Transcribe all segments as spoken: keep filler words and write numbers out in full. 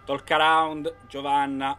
Talk Around, Giovanna.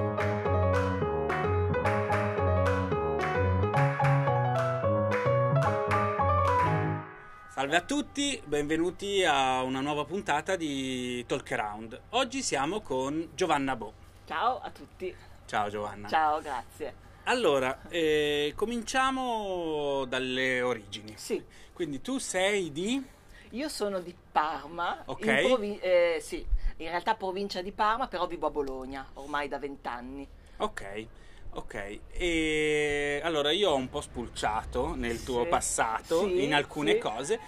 Salve a tutti, benvenuti a una nuova puntata di Talk Around. Oggi siamo con Giovanna Bo. Ciao a tutti. Ciao Giovanna. Ciao, grazie. Allora, eh, cominciamo dalle origini. Sì. Quindi tu sei di... Io sono di Parma, Ok. in, provi- eh, sì, in realtà provincia di Parma, però vivo a Bologna ormai da vent'anni. Ok, ok. E allora io ho un po' spulciato nel tuo Sì, passato sì, in alcune sì. cose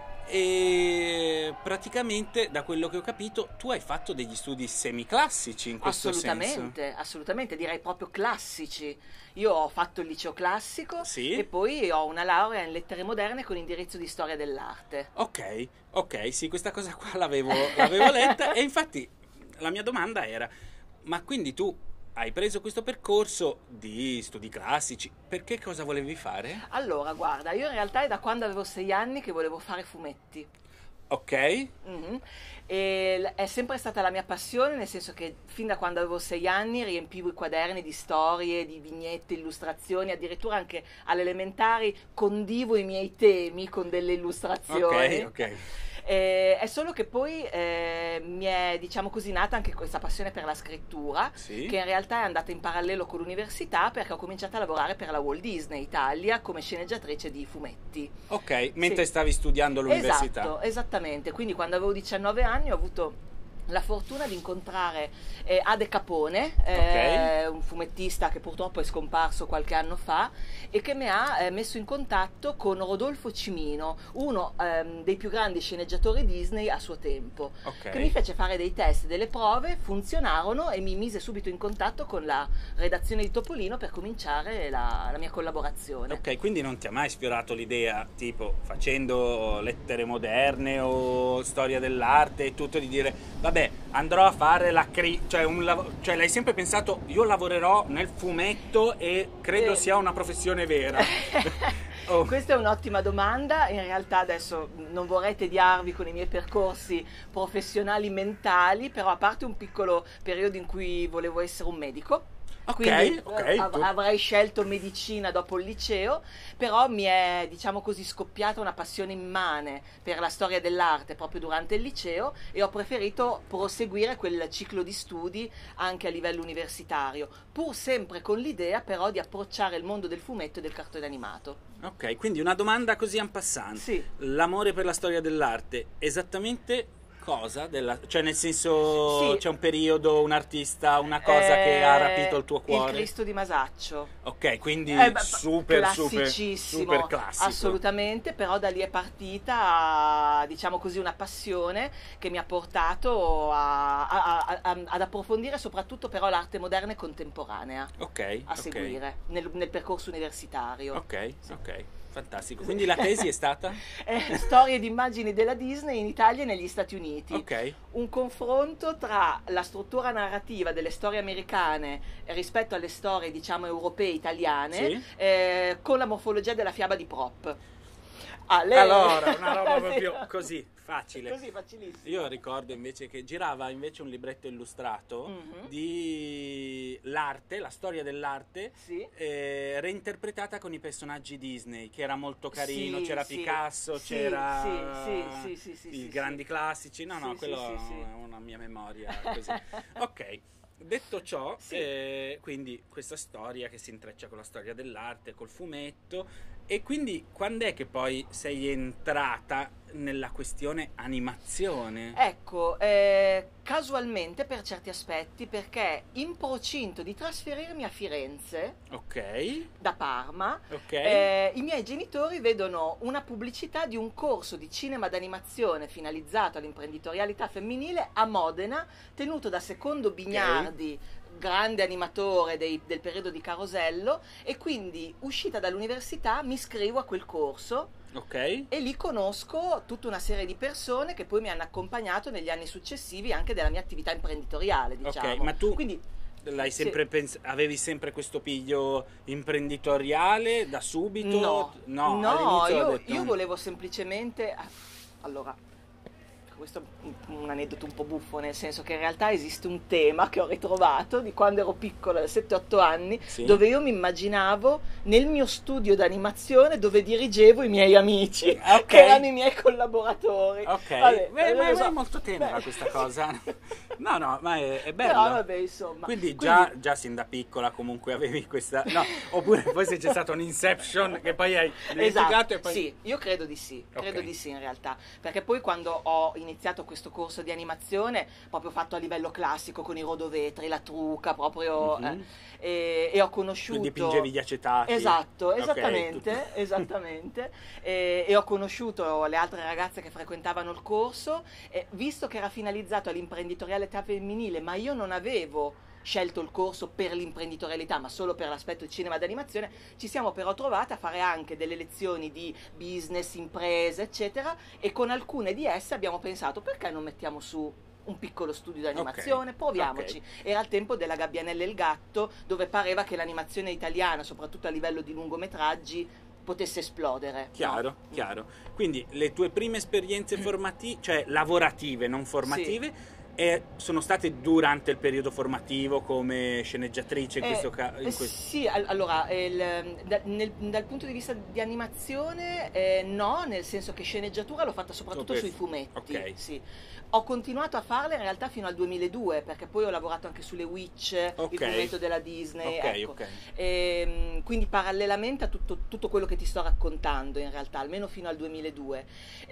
e praticamente da quello che ho capito tu hai fatto degli studi semiclassici in questo senso. Assolutamente, assolutamente, direi proprio classici. Io ho fatto il liceo classico Sì. e poi ho una laurea in lettere moderne con indirizzo di storia dell'arte. Ok, ok, sì, questa cosa qua l'avevo, l'avevo letta e infatti la mia domanda era, ma quindi tu hai preso questo percorso di studi classici, perché cosa volevi fare? Allora, guarda, io in realtà è da quando avevo sei anni che volevo fare fumetti. Ok, Mhm. E l- è sempre stata la mia passione, nel senso che fin da quando avevo sei anni riempivo i quaderni di storie, di vignette, illustrazioni, addirittura anche alle elementari condivo i miei temi con delle illustrazioni. ok, ok. Eh, è solo che poi eh, mi è, diciamo così, nata anche questa passione per la scrittura, Sì. che in realtà è andata in parallelo con l'università, perché ho cominciato a lavorare per la Walt Disney Italia come sceneggiatrice di fumetti. Ok, mentre Sì. stavi studiando all'università. Esatto, esattamente. Quindi quando avevo diciannove anni ho avuto la fortuna di incontrare eh, Ade Capone, eh, un fumettista che purtroppo è scomparso qualche anno fa e che mi ha eh, messo in contatto con Rodolfo Cimino, uno ehm, dei più grandi sceneggiatori Disney a suo tempo, Ok. che mi fece fare dei test, delle prove, funzionarono e mi mise subito in contatto con la redazione di Topolino per cominciare la, la mia collaborazione. Ok, quindi non ti ha mai sfiorato l'idea, tipo facendo lettere moderne o storia dell'arte e tutto, di dire vabbè, andrò a fare la cri... cioè, un lav- cioè l'hai sempre pensato io lavorerò nel fumetto e credo Eh. sia una professione vera? Oh. Questa è un'ottima domanda, in realtà adesso non vorrei tediarvi con i miei percorsi professionali mentali, però a parte un piccolo periodo in cui volevo essere un medico, Ok, quindi ok, eh, av- tu- avrei scelto medicina dopo il liceo, però mi è, diciamo così, scoppiata una passione immane per la storia dell'arte proprio durante il liceo e ho preferito proseguire quel ciclo di studi anche a livello universitario, pur sempre con l'idea però di approcciare il mondo del fumetto e del cartone animato. Ok, quindi una domanda così en passant. Sì. L'amore per la storia dell'arte, esattamente cosa? Della... Cioè nel senso Sì. c'è un periodo, un artista, una cosa che ha rapito il tuo cuore? Il Cristo di Masaccio. Ok, quindi Eh, beh, super, super, classicissimo, super classico. assolutamente, però da lì è partita, diciamo così, una passione che mi ha portato a- a- a- ad approfondire soprattutto però l'arte moderna e contemporanea, Ok, a ok. seguire nel, nel percorso universitario. Ok, ok, fantastico. Quindi la tesi è stata? Eh, storie ed immagini della Disney in Italia e negli Stati Uniti. Ok, Un confronto tra la struttura narrativa delle storie americane rispetto alle storie, diciamo, europee, italiane, Sì. eh, con la morfologia della fiaba di Prop. Ah, lei- allora, una roba Sì. proprio così, facile. Così, facilissimo. Io ricordo invece che girava invece un libretto illustrato Mhm. di l'arte, la storia dell'arte, Sì. eh, reinterpretata con i personaggi Disney, che era molto carino, Sì, c'era sì. Picasso, Sì, c'era sì, sì, sì, sì, sì, i sì, grandi sì. classici, no no, Sì, quello sì, sì, sì. è una mia memoria così. Ok, detto ciò, Sì. eh, quindi questa storia che si intreccia con la storia dell'arte, col fumetto, e quindi quando è che poi sei entrata nella questione animazione? Ecco, eh, casualmente per certi aspetti, perché in procinto di trasferirmi a Firenze Ok, da Parma, ok. eh, i miei genitori vedono una pubblicità di un corso di cinema d'animazione finalizzato all'imprenditorialità femminile a Modena, tenuto da Secondo Bignardi, grande animatore dei- del periodo di Carosello, e quindi uscita dall'università mi iscrivo a quel corso Ok, e lì conosco tutta una serie di persone che poi mi hanno accompagnato negli anni successivi anche della mia attività imprenditoriale, diciamo. ok, ma tu Quindi l'hai sì. sempre pens- avevi sempre questo piglio imprenditoriale da subito? No, no, no, all'inizio ho io, detto io volevo semplicemente... Allora, questo è un, un aneddoto un po' buffo, nel senso che in realtà esiste un tema che ho ritrovato di quando ero piccola, sette otto anni, sì, dove io mi immaginavo nel mio studio d'animazione dove dirigevo i miei amici, okay, che erano i miei collaboratori. Ok, vabbè, beh, ma so. È molto tenera questa cosa. No, no, ma è, è bello. Però, vabbè, insomma. Quindi già, Quindi già sin da piccola comunque avevi questa... No, oppure poi se c'è stato un Inception che poi hai dimenticato, esatto, e poi... Sì, io credo di sì, credo okay. di sì in realtà. Perché poi quando ho iniziato questo corso di animazione, proprio fatto a livello classico, con i rodovetri, la trucca, proprio... Mm-hmm. eh, e, e ho conosciuto... Quindi dipingevi gli acetati. Esatto, esattamente, okay, esattamente. e, e ho conosciuto le altre ragazze che frequentavano il corso, e visto che era finalizzato all'imprenditorialità femminile, ma io non avevo scelto il corso per l'imprenditorialità ma solo per l'aspetto di cinema d'animazione, ci siamo però trovate a fare anche delle lezioni di business, imprese eccetera, e con alcune di esse abbiamo pensato perché non mettiamo su un piccolo studio d'animazione, okay, proviamoci. Okay. Era il tempo della Gabbianella e il gatto, dove pareva che l'animazione italiana, soprattutto a livello di lungometraggi, potesse esplodere. Chiaro, no? Chiaro. Quindi le tue prime esperienze formative, cioè lavorative, non formative, sì, e sono state durante il periodo formativo come sceneggiatrice in eh, questo caso? Eh, sì, all allora il, da, nel, dal punto di vista di animazione eh, no, nel senso che sceneggiatura l'ho fatta soprattutto okay. sui fumetti. Okay. Sì. Ho continuato a farla in realtà fino al duemiladue, perché poi ho lavorato anche sulle Witch, okay, il fumetto della Disney, okay, ecco. Okay. E, quindi parallelamente a tutto, tutto quello che ti sto raccontando in realtà, almeno fino al duemiladue.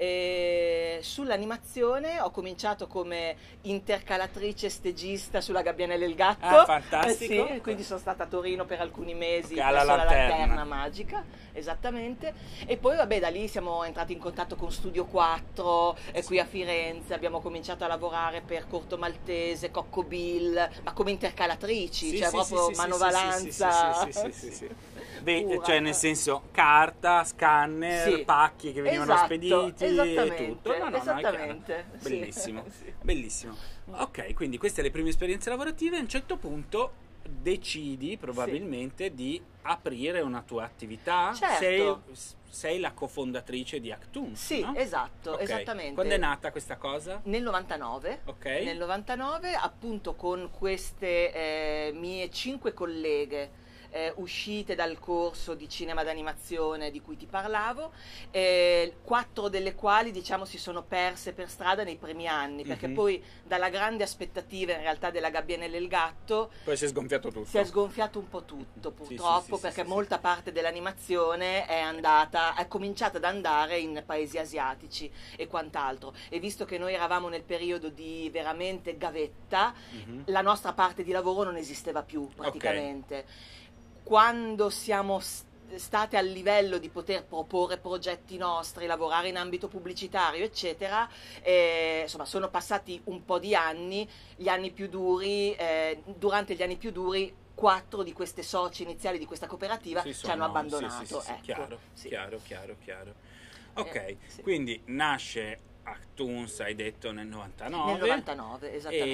Sull'animazione ho cominciato come intercalatrice stagista sulla Gabbianella e il gatto. Ah, fantastico. Eh sì, quindi sono stata a Torino per alcuni mesi, okay, presso la lanterna. la lanterna magica, esattamente. E poi vabbè, da lì siamo entrati in contatto con Studio quattro, eh, qui a Firenze, abbiamo cominciato a lavorare per Corto Maltese, Cocco Bill, ma come intercalatrici, sì, cioè sì, proprio sì, manovalanza. Sì, sì, sì, sì, sì. Beh, cioè nel senso carta, scanner, sì, pacchi che venivano esatto, spediti esattamente, e tutto. No, no, esattamente. No, bellissimo, sì. Bellissimo. Ok, quindi queste le prime esperienze lavorative. A un certo punto decidi probabilmente sì. di aprire una tua attività. Certo. Sei, sei la cofondatrice di Actoons, sì, no? esatto, okay. esattamente. Quando è nata questa cosa? Nel novantanove. Ok. Nel novantanove, appunto, con queste eh, mie cinque colleghe Eh, uscite dal corso di cinema d'animazione di cui ti parlavo, eh, quattro delle quali diciamo si sono perse per strada nei primi anni, perché mm-hmm. poi dalla grande aspettativa in realtà della Gabbianella e il gatto poi si è sgonfiato tutto, si è sgonfiato un po' tutto purtroppo, sì, sì, sì, perché sì, molta sì. parte dell'animazione è andata, è cominciata ad andare in paesi asiatici e quant'altro, e visto che noi eravamo nel periodo di veramente gavetta, mm-hmm. la nostra parte di lavoro non esisteva più praticamente. Okay. Quando siamo state al livello di poter proporre progetti nostri, lavorare in ambito pubblicitario, eccetera, eh, insomma, sono passati un po' di anni, gli anni più duri, eh, durante gli anni più duri, quattro di queste soci iniziali di questa cooperativa sì, ci sono, hanno abbandonato. Sì, sì, sì, ecco. chiaro, sì. chiaro, chiaro, chiaro. Ok, eh, sì. quindi nasce Actoons, hai detto, nel novantanove. Nel novantanove, esattamente.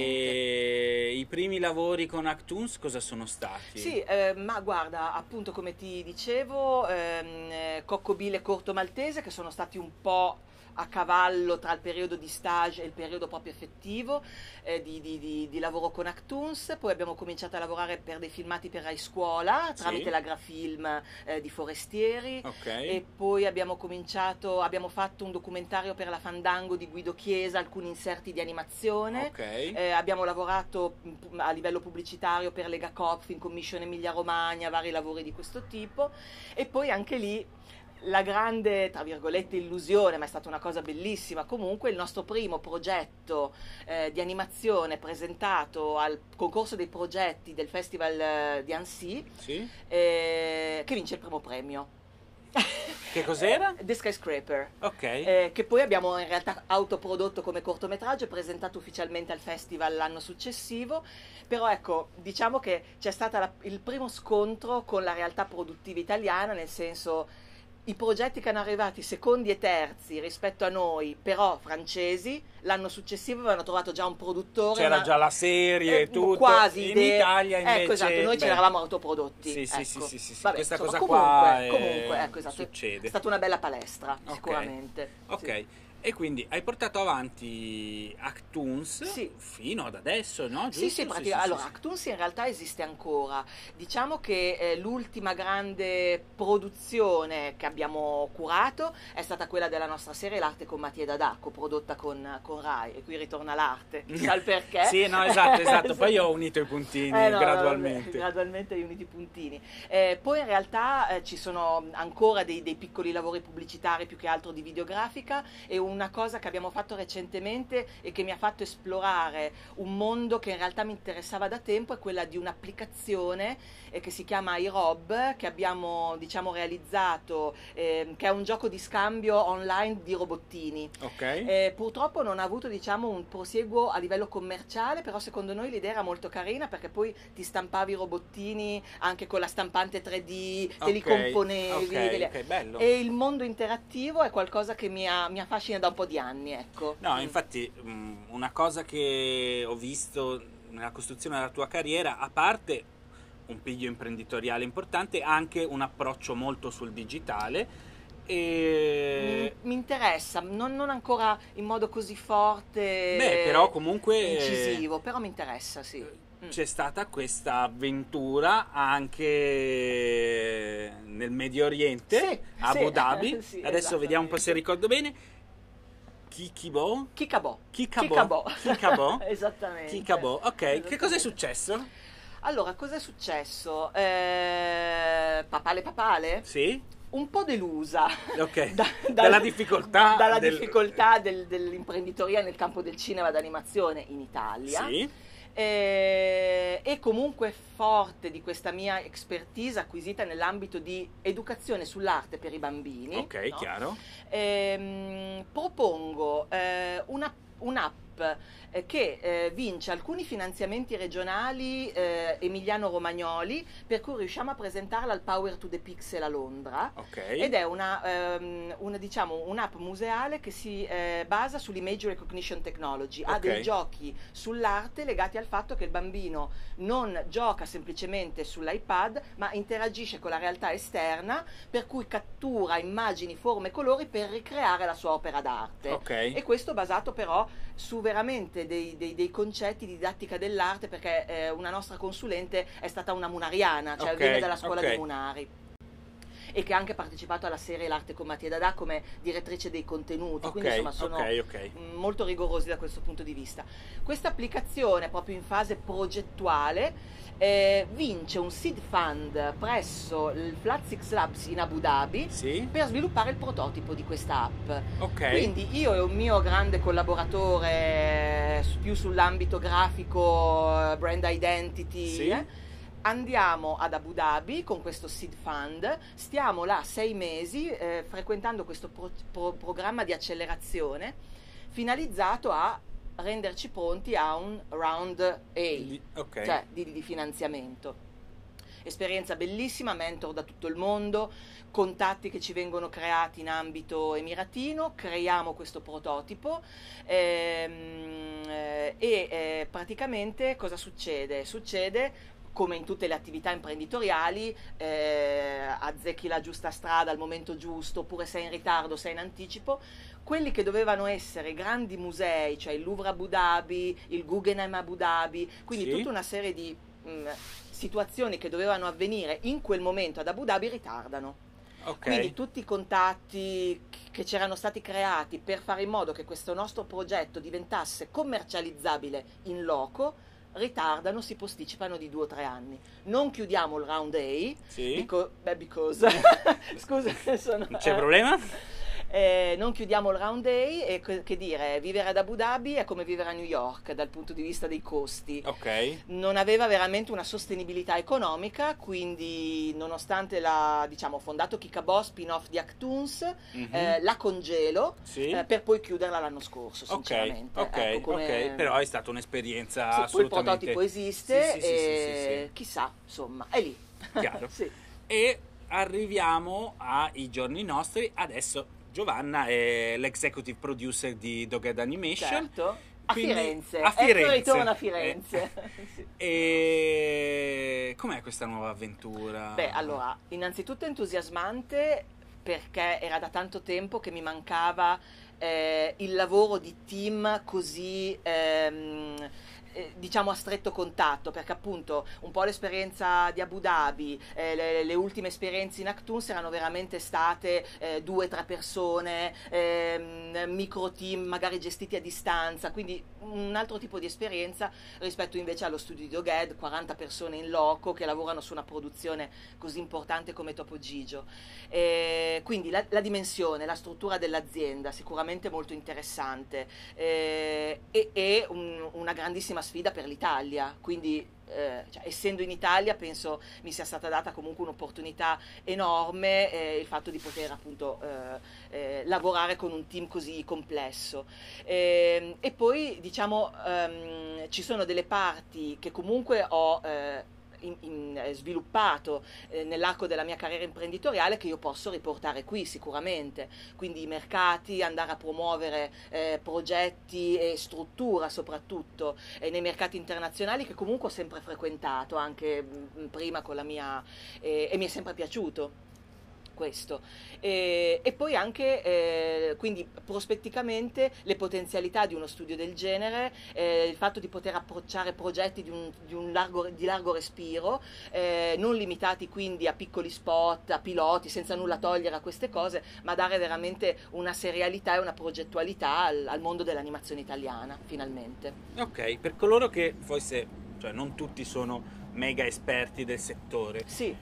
E i primi lavori con Actoons cosa sono stati? Sì, eh, ma guarda, appunto come ti dicevo, ehm, Cocco Bill e Corto Maltese, che sono stati un po' a cavallo tra il periodo di stage e il periodo proprio effettivo eh, di, di, di, di lavoro con Actoons. Poi abbiamo cominciato a lavorare per dei filmati per Rai Scuola tramite sì. la Grafilm eh, di Forestieri, okay. e poi abbiamo cominciato, abbiamo fatto un documentario per la Fandango di Guido Chiesa, alcuni inserti di animazione, okay. eh, abbiamo lavorato a livello pubblicitario per Lega Coop, Film Commission Emilia Romagna, vari lavori di questo tipo, e poi anche lì la grande, tra virgolette, illusione, ma è stata una cosa bellissima comunque, il nostro primo progetto eh, di animazione presentato al concorso dei progetti del Festival eh, di Annecy, sì. eh, che vince il primo premio. Che cos'era? The Skyscraper, ok. eh, che poi abbiamo in realtà autoprodotto come cortometraggio e presentato ufficialmente al festival l'anno successivo. Però ecco, diciamo che c'è stato il primo scontro con la realtà produttiva italiana, nel senso, i progetti che erano arrivati secondi e terzi rispetto a noi, però francesi, l'anno successivo avevano trovato già un produttore. C'era una, già la serie e eh, tutto. Quasi. In Italia invece... Ecco, esatto, noi beh, ce l'eravamo autoprodotti. Sì, sì, ecco. sì, sì, sì, sì. Vabbè, questa insomma, cosa comunque, qua è... comunque, ecco, esatto, succede. È stata una bella palestra, okay. sicuramente. Ok, sì. E quindi hai portato avanti Actoons Sì. fino ad adesso, no? Sì, Giusto? sì, praticamente. Allora, Actoons in realtà esiste ancora. Diciamo che eh, l'ultima grande produzione che abbiamo curato è stata quella della nostra serie L'arte con Mattia Dadà, coprodotta con, con Rai, e qui ritorna l'arte, chissà il perché. Sì, no, esatto, esatto. Poi io ho unito i puntini Eh, no, gradualmente. no, gradualmente hai unito i puntini. Eh, poi in realtà eh, ci sono ancora dei, dei piccoli lavori pubblicitari, più che altro di videografica, e una cosa che abbiamo fatto recentemente e che mi ha fatto esplorare un mondo che in realtà mi interessava da tempo è quella di un'applicazione eh, che si chiama iRob, che abbiamo, diciamo, realizzato, eh, che è un gioco di scambio online di robottini. Ok. Eh, purtroppo non ha avuto, diciamo, un prosieguo a livello commerciale, però secondo noi l'idea era molto carina, perché poi ti stampavi i robottini anche con la stampante tre D, te li Ok, componevi. ok, te li- ok, bello. E il mondo interattivo è qualcosa che mi, ha- mi affascina da un po' di anni, ecco. No, Mm. infatti mh, una cosa che ho visto nella costruzione della tua carriera, a parte un piglio imprenditoriale importante, anche un approccio molto sul digitale e... Mi, mi interessa, non, non ancora in modo così forte, Beh, però comunque incisivo, però mi interessa, sì. Mm. c'è stata questa avventura anche nel Medio Oriente, Sì, a sì, Abu Dhabi. sì, Adesso vediamo un po' se ricordo bene. Kikibo? Kikabo. Kikabo. Kikabo. Kikabo. Esattamente. Kikabo. Ok, che Esattamente. cosa è successo? Allora, cosa è successo? Eh, papale papale? Sì? Un po' delusa. Ok. Da- Dalla difficoltà dalla del- difficoltà del- dell'imprenditoria nel campo del cinema d'animazione in Italia. Sì. Eh, e comunque forte di questa mia expertise acquisita nell'ambito di educazione sull'arte per i bambini. Ok, no? chiaro. Ehm, propongo eh, una- un'app eh, che eh, vince alcuni finanziamenti regionali eh, emiliano-romagnoli, per cui riusciamo a presentarla al Power to the Pixel a Londra. Ok. Ed è una, ehm, una, diciamo, un'app museale che si eh, basa sull'image recognition technology. Ha Ok. dei giochi sull'arte legati al fatto che il bambino non gioca semplicemente sull'iPad, ma interagisce con la realtà esterna, per cui cattura immagini, forme e colori per ricreare la sua opera d'arte. Ok. E questo basato però su veramente dei, dei- dei concetti di didattica dell'arte, perché eh, una nostra consulente è stata una munariana, cioè Ok, viene dalla scuola ok. di Munari, e che ha anche partecipato alla serie L'arte con Mattia Dadà come direttrice dei contenuti, Ok, quindi insomma sono ok, ok. mh, molto rigorosi da questo punto di vista. Questa applicazione, proprio in fase progettuale, eh, vince un seed fund presso il Flatsix Labs in Abu Dhabi Sì. per sviluppare il prototipo di questa app. Ok. Quindi io e un mio grande collaboratore eh, su- più sull'ambito grafico, eh, brand identity, Sì. eh, andiamo ad Abu Dhabi con questo seed fund, stiamo là sei mesi eh, frequentando questo pro- pro- programma di accelerazione finalizzato a renderci pronti a un round A, Di- ok. cioè di, di finanziamento. Esperienza bellissima, mentor da tutto il mondo, contatti che ci vengono creati in ambito emiratino, creiamo questo prototipo ehm, eh, e eh, praticamente cosa succede? Succede come in tutte le attività imprenditoriali, eh, azzecchi la giusta strada al momento giusto, oppure sei in ritardo, sei in anticipo. Quelli che dovevano essere grandi musei, cioè il Louvre Abu Dhabi, il Guggenheim Abu Dhabi, quindi Sì. tutta una serie di mh, situazioni che dovevano avvenire in quel momento ad Abu Dhabi ritardano. Ok. Quindi tutti i contatti che c'erano stati creati per fare in modo che questo nostro progetto diventasse commercializzabile in loco ritardano, si posticipano di due o tre anni. Non chiudiamo il round A, Sì. Beco- beh, because scusa, sono, Non c'è eh, problema? eh, non chiudiamo il round A, e che, che dire, vivere ad Abu Dhabi è come vivere a New York dal punto di vista dei costi. Ok. Non aveva veramente una sostenibilità economica, quindi nonostante la, diciamo, ho fondato Kikabo, spin-off di Actoons, Mhm. eh, la congelo Sì. eh, per poi chiuderla l'anno scorso, Ok, sinceramente. ok, Ecco, come- ok, però è stata un'esperienza sì, poi il assolutamente... prototipo esiste Sì, sì, sì, e sì, sì, sì. chissà, insomma, è lì. Chiaro. Sì. E arriviamo ai giorni nostri. Adesso Giovanna è l'executive producer di Doghead Animation. Certo. A Quindi- Firenze. a Firenze. Ecco, ritorno a Firenze. Sì. E com'è questa nuova avventura? Beh, allora, innanzitutto entusiasmante perché era da tanto tempo che mi mancava eh, il lavoro di team così ehm, eh, diciamo a stretto contatto, perché appunto un po' l'esperienza di Abu Dhabi, eh, le, le ultime esperienze in Actoons erano veramente state eh, due o tre persone, ehm, micro team magari gestiti a distanza, quindi un altro tipo di esperienza rispetto invece allo studio di Dogged, quaranta persone in loco che lavorano su una produzione così importante come Topo Gigio. Eh, quindi la, la dimensione, la struttura dell'azienda sicuramente molto interessante, eh, e, e un, una grandissima sfida per l'Italia, quindi eh, cioè, essendo in Italia penso mi sia stata data comunque un'opportunità enorme, eh, il fatto di poter appunto eh, eh, lavorare con un team così complesso. Eh, e poi diciamo ehm, ci sono delle parti che comunque ho eh, In, in, eh, sviluppato eh, nell'arco della mia carriera imprenditoriale, che io posso riportare qui sicuramente, quindi i mercati, andare a promuovere eh, progetti e struttura soprattutto eh, nei mercati internazionali, che comunque ho sempre frequentato anche mh, prima con la mia eh, e mi è sempre piaciuto questo, e, e poi anche eh, quindi prospetticamente le potenzialità di uno studio del genere, eh, il fatto di poter approcciare progetti di un, di un largo, di largo respiro, eh, non limitati quindi a piccoli spot, a piloti, senza nulla togliere a queste cose, ma dare veramente una serialità e una progettualità al, al mondo dell'animazione italiana finalmente. Ok, per coloro che forse, cioè non tutti sono mega esperti del settore, sì.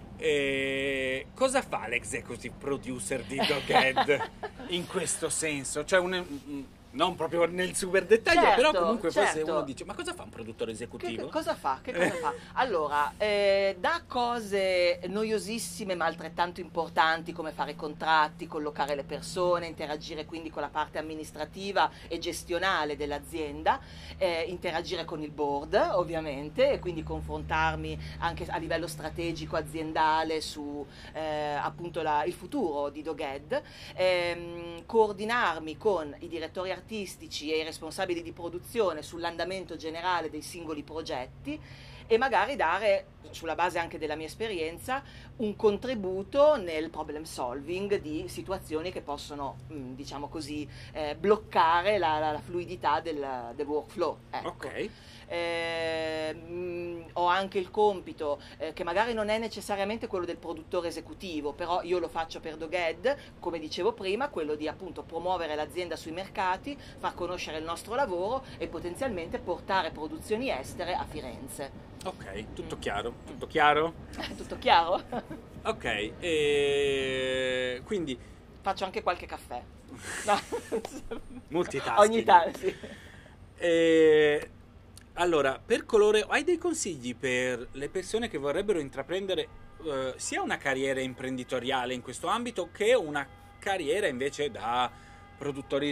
E cosa fa l'executive producer di Dogged in questo senso? Cioè un, non proprio nel super dettaglio, certo, però comunque certo. forse uno dice: ma cosa fa un produttore esecutivo? Che, che cosa fa? Che cosa fa? Allora, eh, da cose noiosissime ma altrettanto importanti come fare contratti, collocare le persone, interagire quindi con la parte amministrativa e gestionale dell'azienda, eh, interagire con il board ovviamente, e quindi confrontarmi anche a livello strategico aziendale su eh, appunto la, il futuro di Dogged, ehm, coordinarmi con i direttori artistici e i responsabili di produzione sull'andamento generale dei singoli progetti, e magari dare, sulla base anche della mia esperienza, un contributo nel problem solving di situazioni che possono, diciamo così, eh, bloccare la, la, la fluidità del, del workflow. Ecco. Ok. Eh, mh, ho anche il compito, eh, che magari non è necessariamente quello del produttore esecutivo, però io lo faccio per Dogged, come dicevo prima, quello di appunto promuovere l'azienda sui mercati, far conoscere il nostro lavoro e potenzialmente portare produzioni estere a Firenze. Ok, tutto chiaro, tutto chiaro? Tutto chiaro? Ok, e quindi faccio anche qualche caffè. No. Multitasking. Ogni tanto, sì. E allora, per coloro, hai dei consigli per le persone che vorrebbero intraprendere eh, sia una carriera imprenditoriale in questo ambito che una carriera invece da produttori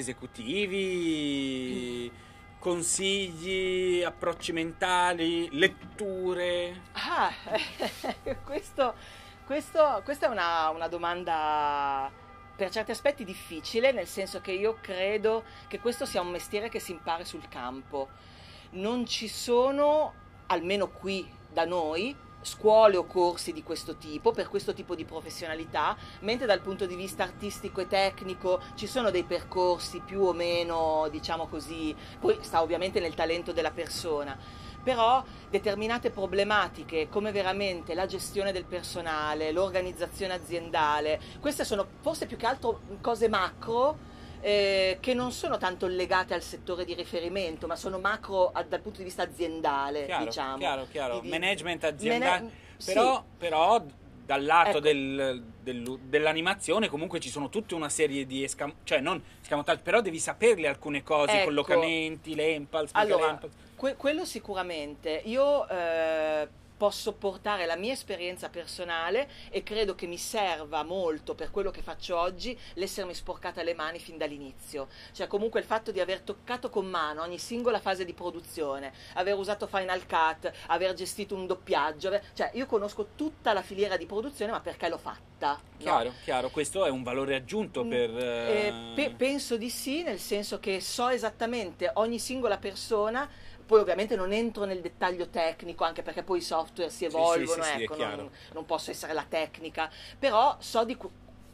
esecutivi? Consigli, approcci mentali, letture? Ah, questo, questo, questa è una, una domanda per certi aspetti difficile, nel senso che io credo che questo sia un mestiere che si impara sul campo. Non ci sono, almeno qui da noi, scuole o corsi di questo tipo, per questo tipo di professionalità, mentre dal punto di vista artistico e tecnico ci sono dei percorsi più o meno, diciamo così, poi sta ovviamente nel talento della persona, però determinate problematiche come veramente la gestione del personale, l'organizzazione aziendale, queste sono forse più che altro cose macro, Eh, che non sono tanto legate al settore di riferimento, ma sono macro a, dal punto di vista aziendale, chiaro, diciamo. Chiaro, chiaro, di, management aziendale, Mene- però, sì. però dal lato Ecco. del, del, dell'animazione comunque ci sono tutta una serie di escam- cioè non escamotage, però devi saperle alcune cose, Ecco. collocamenti, l'empals, Allora, l'empals. que- quello sicuramente. Io eh, posso portare la mia esperienza personale e credo che mi serva molto per quello che faccio oggi l'essermi sporcata le mani fin dall'inizio. Cioè comunque il fatto di aver toccato con mano ogni singola fase di produzione, aver usato Final Cut, aver gestito un doppiaggio, aver... cioè io conosco tutta la filiera di produzione, ma perché l'ho fatta. Chiaro, no? chiaro, questo è un valore aggiunto per... Eh, eh... pe- penso di sì, nel senso che so esattamente ogni singola persona. Poi ovviamente non entro nel dettaglio tecnico, anche perché poi i software si evolvono, sì, sì, sì, ecco, è chiaro. non, non posso essere la tecnica, però so di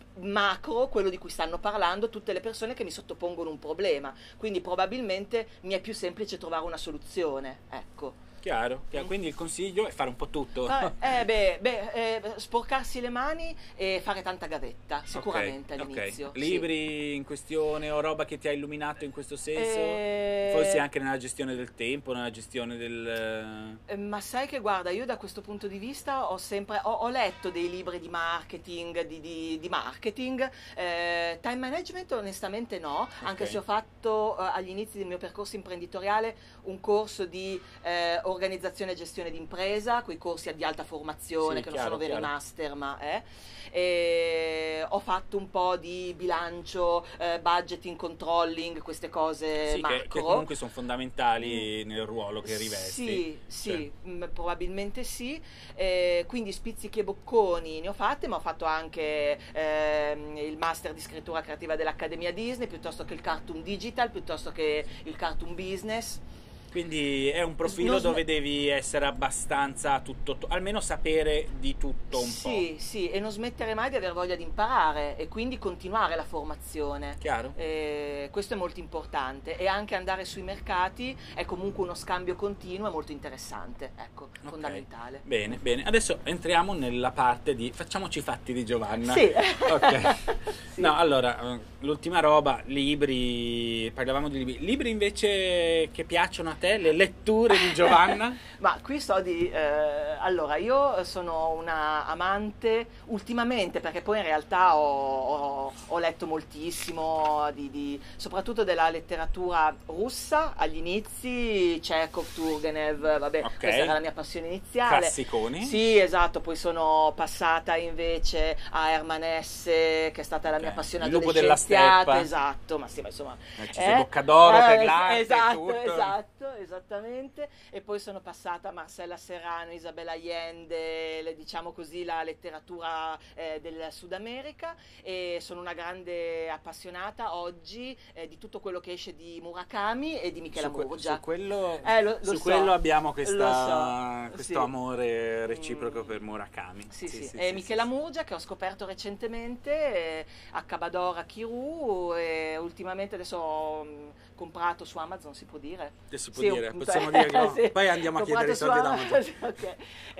macro, quello di cui stanno parlando tutte le persone che mi sottopongono un problema, quindi probabilmente mi è più semplice trovare una soluzione, ecco. Chiaro, chiaro. Mm. Quindi il consiglio è fare un po' tutto. Ah, eh, beh, beh, eh, sporcarsi le mani e fare tanta gavetta, sicuramente Ok, all'inizio. ok. Sì. Libri in questione o roba che ti ha illuminato in questo senso? Eh, Forse anche nella gestione del tempo, nella gestione del... Eh, Ma sai che guarda, io da questo punto di vista ho sempre ho, ho letto dei libri di marketing, di, di- di marketing, eh, time management onestamente no, anche Ok. se ho fatto eh, agli inizi del mio percorso imprenditoriale un corso di eh, organizzazione e gestione d'impresa, quei corsi di alta formazione Sì, che chiaro, non sono veri chiaro. master, ma è. E ho fatto un po' di bilancio, eh, budgeting, controlling, queste cose Sì, che, macro. che comunque sono fondamentali nel ruolo che rivesti. Sì, sì, Cioè, mh, probabilmente sì. Eh, quindi spizzichi e bocconi ne ho fatte, ma ho fatto anche ehm, il master di scrittura creativa dell'Accademia Disney, piuttosto che il cartoon digital, piuttosto che il cartoon business. quindi è un profilo Non sm- dove devi essere abbastanza tutto, to- almeno sapere di tutto un Sì, po'. sì, e non smettere mai di aver voglia di imparare e quindi continuare la formazione. Chiaro? Eh, questo è molto importante e anche andare sui mercati è comunque uno scambio continuo e molto interessante, ecco, Ok. fondamentale. Bene, bene. Adesso entriamo nella parte di facciamoci i fatti di Giovanna. Sì. Ok. Sì. No, allora, eh, l'ultima roba, libri, parlavamo di libri. Libri invece che piacciono a te, le letture di Giovanna? Ma qui so di... eh, allora, io sono una amante ultimamente, perché poi in realtà ho, ho- ho letto moltissimo, di, di- soprattutto della letteratura russa, agli inizi, Chekhov, Turgenev, vabbè, Ok. questa era la mia passione iniziale. Classiconi? Sì, esatto, poi sono passata invece a Hermann Hesse, che è stata la mia Ok. passione Il lupo della adolescenziata, steppa. esatto, ma sì, ma insomma... Eh, ci eh, sei Boccadoro, eh, Peglante, esatto, tutto. esatto, esattamente. E poi sono passata a Marcella Serrano, Isabella Allende, le- diciamo così, la letteratura eh, del Sud America, e sono una grande appassionata oggi eh, di tutto quello che esce di Murakami e di Michela Su, que- Murgia. su quello, Eh, lo- lo su so, quello abbiamo lo questa, so, questo sì. amore reciproco Mm. per Murakami. Sì, sì, sì, e sì, Michela sì. Murgia che ho scoperto recentemente eh, a Cabadora Chiru, e ultimamente adesso ho mm, comprato su Amazon, si può dire? Che si può Sì, dire, un- possiamo dire che no. sì, Poi andiamo a chiedere i comprato soldi su ad Amazon. Ok.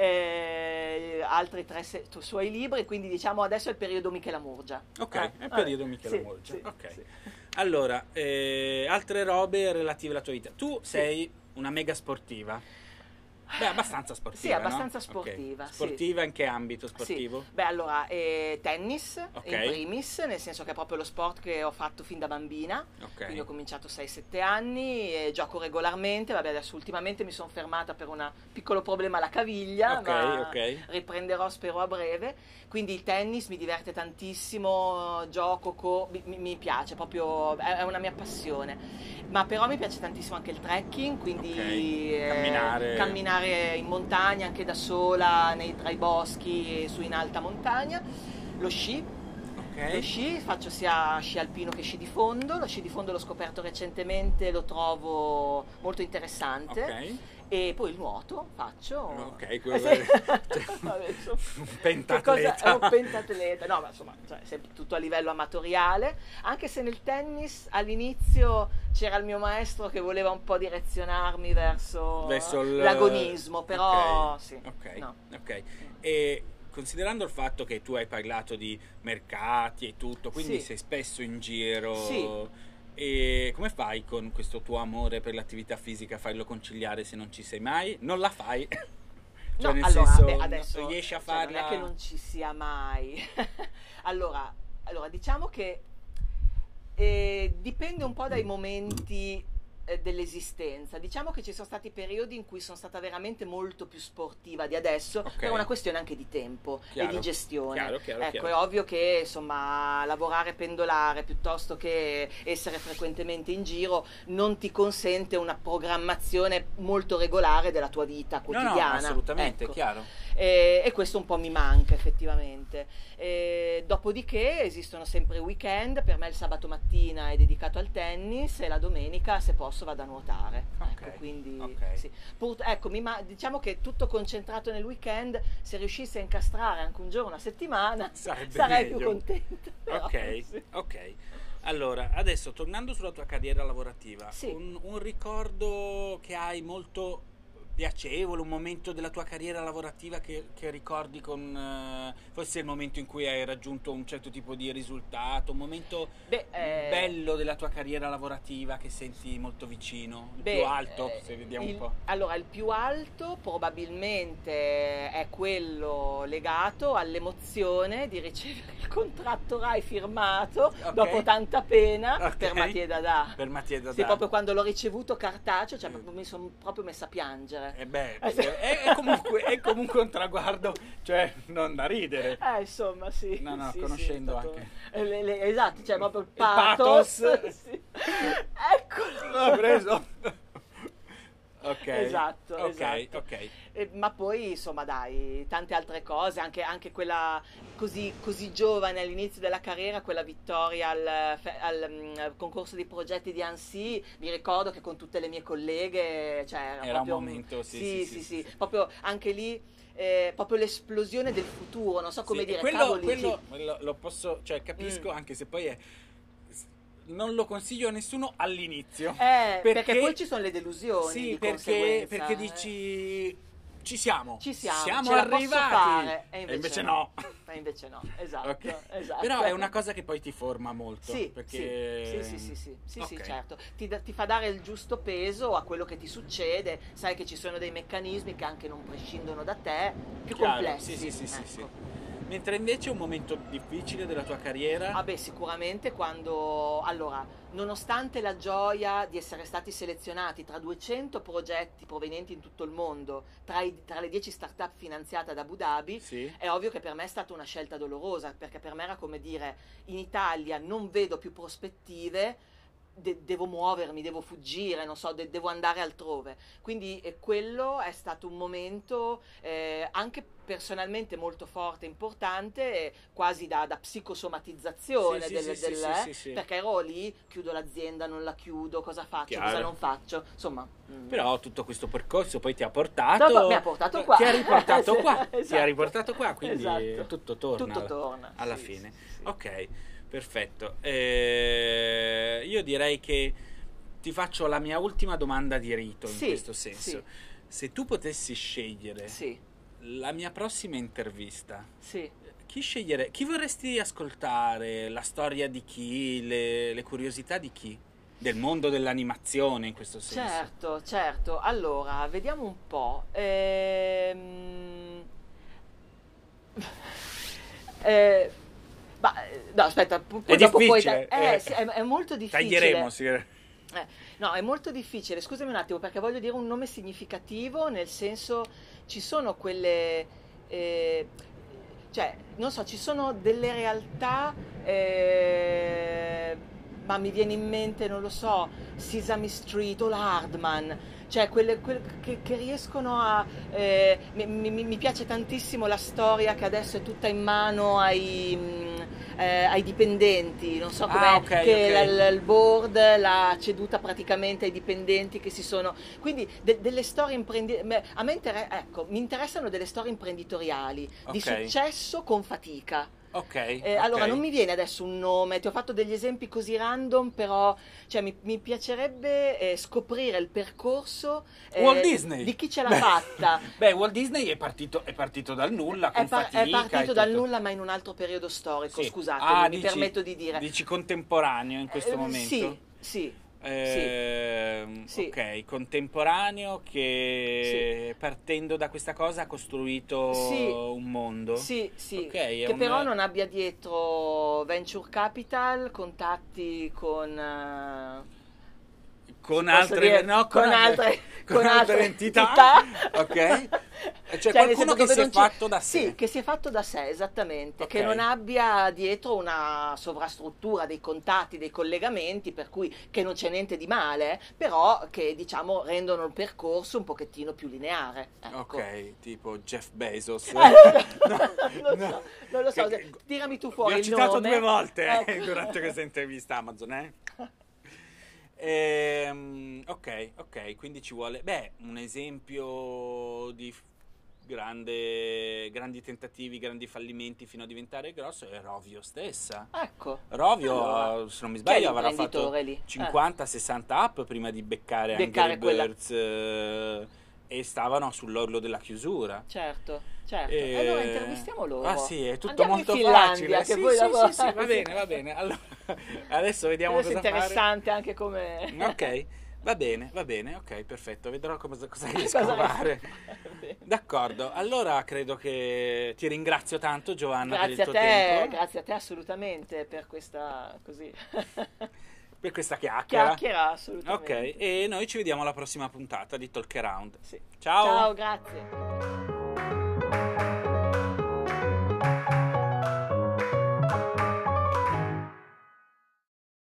Eh, altri tre se- tu- suoi libri, quindi diciamo adesso è il periodo Michela Murgia. Ok, Eh, è il vabbè, periodo Michela sì, Murgia. sì, Ok. sì. Allora, eh, altre robe relative alla tua vita. Tu sei una mega sportiva. Beh, abbastanza sportiva. Sì, abbastanza no? sportiva, Ok. sì. Sportiva in che ambito sportivo? Sì. Beh, allora, eh, tennis Ok. in primis, nel senso che è proprio lo sport che ho fatto fin da bambina. Ok. Quindi ho cominciato sei sette anni e gioco regolarmente. Vabbè, adesso ultimamente mi sono fermata per un piccolo problema alla caviglia, Ok, ma ok. riprenderò spero a breve. Quindi il tennis mi diverte tantissimo, gioco, co- mi, mi piace, proprio è è una mia passione. Ma però mi piace tantissimo anche il trekking, quindi Ok. eh, Camminare. camminare in montagna, anche da sola, nei, tra i boschi e su in alta montagna. Lo sci, Ok. lo sci, faccio sia sci alpino che sci di fondo. Lo sci di fondo l'ho scoperto recentemente, lo trovo molto interessante. Ok. E poi il nuoto faccio. Ok, Eh, quello sì. è- Vabbè, insomma, un che pentatleta. cosa- È un pentatleta, no, ma insomma, cioè, sempre tutto a livello amatoriale. Anche se nel tennis all'inizio c'era il mio maestro che voleva un po' direzionarmi verso, Verso il- l'agonismo, però Ok, sì. Ok, No. ok. E considerando il fatto che tu hai parlato di mercati e tutto, quindi Sì. sei spesso in giro, Sì. e come fai con questo tuo amore per l'attività fisica a farlo conciliare se non ci sei mai? Non la fai? Cioè, No, nel allora, senso, beh, adesso riesci a cioè, farla? non è che non ci sia mai. allora, allora, diciamo che eh, dipende un po' dai momenti eh, dell'esistenza. Diciamo che ci sono stati periodi in cui sono stata veramente molto più sportiva di adesso, Ok. per una questione anche di tempo Chiaro, e di gestione. chiaro, chiaro, ecco, chiaro. è ovvio che insomma lavorare pendolare piuttosto che essere frequentemente in giro non ti consente una programmazione molto regolare della tua vita No, no, quotidiana. assolutamente, ecco. chiaro. E, e questo un po' mi manca effettivamente. E, dopodiché esistono sempre i weekend, per me il sabato mattina è dedicato al tennis e la domenica se posso percorso vado a nuotare. Ok, Ecco, quindi ok. sì. Pur- ecco, mi ma- diciamo che tutto concentrato nel weekend, se riuscissi a incastrare anche un giorno, una settimana, Sarebbe sarei meglio. più contenta. però, Ok, sì. ok. Allora, adesso tornando sulla tua carriera lavorativa, Sì. un, un ricordo che hai molto piacevole, un momento della tua carriera lavorativa che, che ricordi con eh, forse il momento in cui hai raggiunto un certo tipo di risultato, un momento Beh, eh, bello della tua carriera lavorativa che senti molto vicino, il Beh, più alto, eh, se vediamo il- un po'. Allora, il più alto probabilmente è quello legato all'emozione di ricevere il contratto Rai firmato Ok. dopo tanta pena Ok. per Mattia Dadà. Per Mattia Dadà. Sì, proprio quando l'ho ricevuto cartaceo, cioè Mm. proprio mi sono proprio messa a piangere. Eh beh, Eh, sì. è, è comunque, è comunque un traguardo, cioè non da ridere. Eh, insomma, sì. No, no, sì, conoscendo sì, è stato- anche. eh, le- le- esatto, cioè proprio il Il pathos. pathos. Sì. Eccolo. L'ho preso. Ok. Esatto, Ok, esatto. ok. Eh, ma poi insomma dai, tante altre cose, anche, anche quella così, così giovane all'inizio della carriera, quella vittoria al, fe- al, mm, al concorso di progetti di Annecy, mi ricordo che con tutte le mie colleghe, cioè era, Era un proprio momento, sì, sì, sì, sì, sì, sì, sì, sì. proprio anche lì, eh, proprio l'esplosione del futuro, non so come Sì, dire, quello, cavoli, quello sì. quello lo posso, cioè capisco Mm. anche se poi è non lo consiglio a nessuno all'inizio. Eh, perché, perché- poi ci sono le delusioni Sì, di perché, conseguenza, perché eh. dici ci siamo. Ci siamo, siamo ce la posso arrivati. fare, e E invece invece no. no. E invece no, esatto, Ok. esatto. Però è una cosa che poi ti forma molto. Sì, perché... sì, sì, sì, sì, sì, sì, Ok. certo. Ti, da- ti fa dare il giusto peso a quello che ti succede, sai che ci sono dei meccanismi che anche non prescindono da te, più Chiaro, complessi. Sì, sì, sì, sì, ecco. sì. Mentre invece un momento difficile della tua carriera. Ah beh, sicuramente quando, allora, nonostante la gioia di essere stati selezionati tra duecento progetti provenienti in tutto il mondo, tra, i- tra le dieci start-up finanziate ad Abu Dhabi, Sì. è ovvio che per me è stata una scelta dolorosa, perché per me era come dire, in Italia non vedo più prospettive, de- devo muovermi, devo fuggire, non so, de- devo andare altrove. Quindi eh, quello è stato un momento eh, anche personalmente molto forte, importante, eh, quasi da, da psicosomatizzazione, Sì, sì, del, sì, sì, del- sì, eh, sì, sì. perché ero lì, chiudo l'azienda, non la chiudo, cosa faccio, Chiaro. cosa non faccio, insomma. mm. Però tutto questo percorso poi ti ha portato. Dopo mi ha portato qua. Ti ha riportato Sì, qua. Ti ha esatto. riportato qua, quindi Esatto. tutto torna. Tutto torna, Alla sì, fine. sì, sì. Ok, perfetto. Eh, io direi che ti faccio la mia ultima domanda di rito in Sì, questo senso. sì. Se tu potessi scegliere Sì, la mia prossima intervista, sì. chi scegliere? Chi vorresti ascoltare? La storia di chi? Le, le curiosità di chi? Del mondo dell'animazione in questo senso. Certo, certo. Allora, vediamo un po'. Ehm... eh, ma, no, aspetta, pu- poi È dopo puoi difficile, da- eh, eh. sì, è, è molto difficile. Taglieremo, sì. Eh, no, è molto difficile. Scusami un attimo, perché voglio dire un nome significativo, nel senso ci sono quelle, eh, cioè, non so, ci sono delle realtà, eh, ma mi viene in mente, non lo so, Sesame Street o l'Hardman, cioè quelle, quelle che, che riescono a... eh, mi, mi- mi piace tantissimo la storia che adesso è tutta in mano ai... mh, eh, ai dipendenti, non so com'è, Ah, ok, che ok. la- la- il board l'ha ceduta praticamente ai dipendenti che si sono... Quindi de- delle storie imprenditoriali, a me inter- ecco, mi interessano delle storie imprenditoriali, di Ok. successo con fatica. Ok. Eh, ok. Allora, non mi viene adesso un nome, ti ho fatto degli esempi così random, però cioè, mi, mi piacerebbe eh, scoprire il percorso eh, Walt Disney. di chi ce l'ha Beh, fatta. Beh, Walt Disney è partito, è partito dal nulla, con È, par- fatica è partito e dal tutto. nulla, ma in un altro periodo storico, Sì. scusate, Ah, mi dici- permetto di dire. Dici contemporaneo in questo Eh, momento? Sì, sì. Ehm, Sì. Ok, contemporaneo che partendo da questa cosa ha costruito Sì. un mondo. Sì, sì, Ok, è che un- però non abbia dietro venture capital, contatti con... eh, Con posso altre, dire, no, con altre- con con altre altre entità, entità. ok? Cioè, Cioè, nel qualcuno senso che dove si è non c'è- fatto da sé. Sì, che si è fatto da sé, esattamente, Ok. che non abbia dietro una sovrastruttura, dei contatti, dei collegamenti, per cui che non c'è niente di male, però che diciamo rendono il percorso un pochettino più lineare. Ecco. Ok, tipo Jeff Bezos. Eh, non, lo No. so, non lo so, Che- tirami tu Vi fuori ho il citato nome. due volte eh, Ecco. durante questa intervista Amazon, eh? Ehm, ok, ok, quindi ci vuole, beh, un esempio di f- grande, grandi tentativi, grandi fallimenti fino a diventare grosso è Rovio stessa. Ecco, Rovio, allora, eh, se non mi chi è sbaglio, avrà fatto l'imprenditore lì? Eh, cinquanta sessanta app prima di beccare Angry beccare quella, Birds, eh, e stavano sull'orlo della chiusura. certo, certo. E allora E- intervistiamo Ah loro. sì, è tutto Andiamo in molto Finlandia, facile. che Sì, poi sì, dopo... sì, sì, va bene, va bene. Allora, adesso vediamo Adesso è cosa fare. interessante anche come... Ok, va bene, va bene, ok, perfetto. Vedrò cosa, cosa riesco Cosa a fare. Bene. D'accordo, allora credo che ti ringrazio tanto, Giovanna, per il Grazie a tuo te, tempo, grazie a te assolutamente per questa così per questa chiacchiera. chiacchiera, Ok, assolutamente. e noi ci vediamo alla prossima puntata di Talk Around. Sì. Ciao! Ciao, grazie.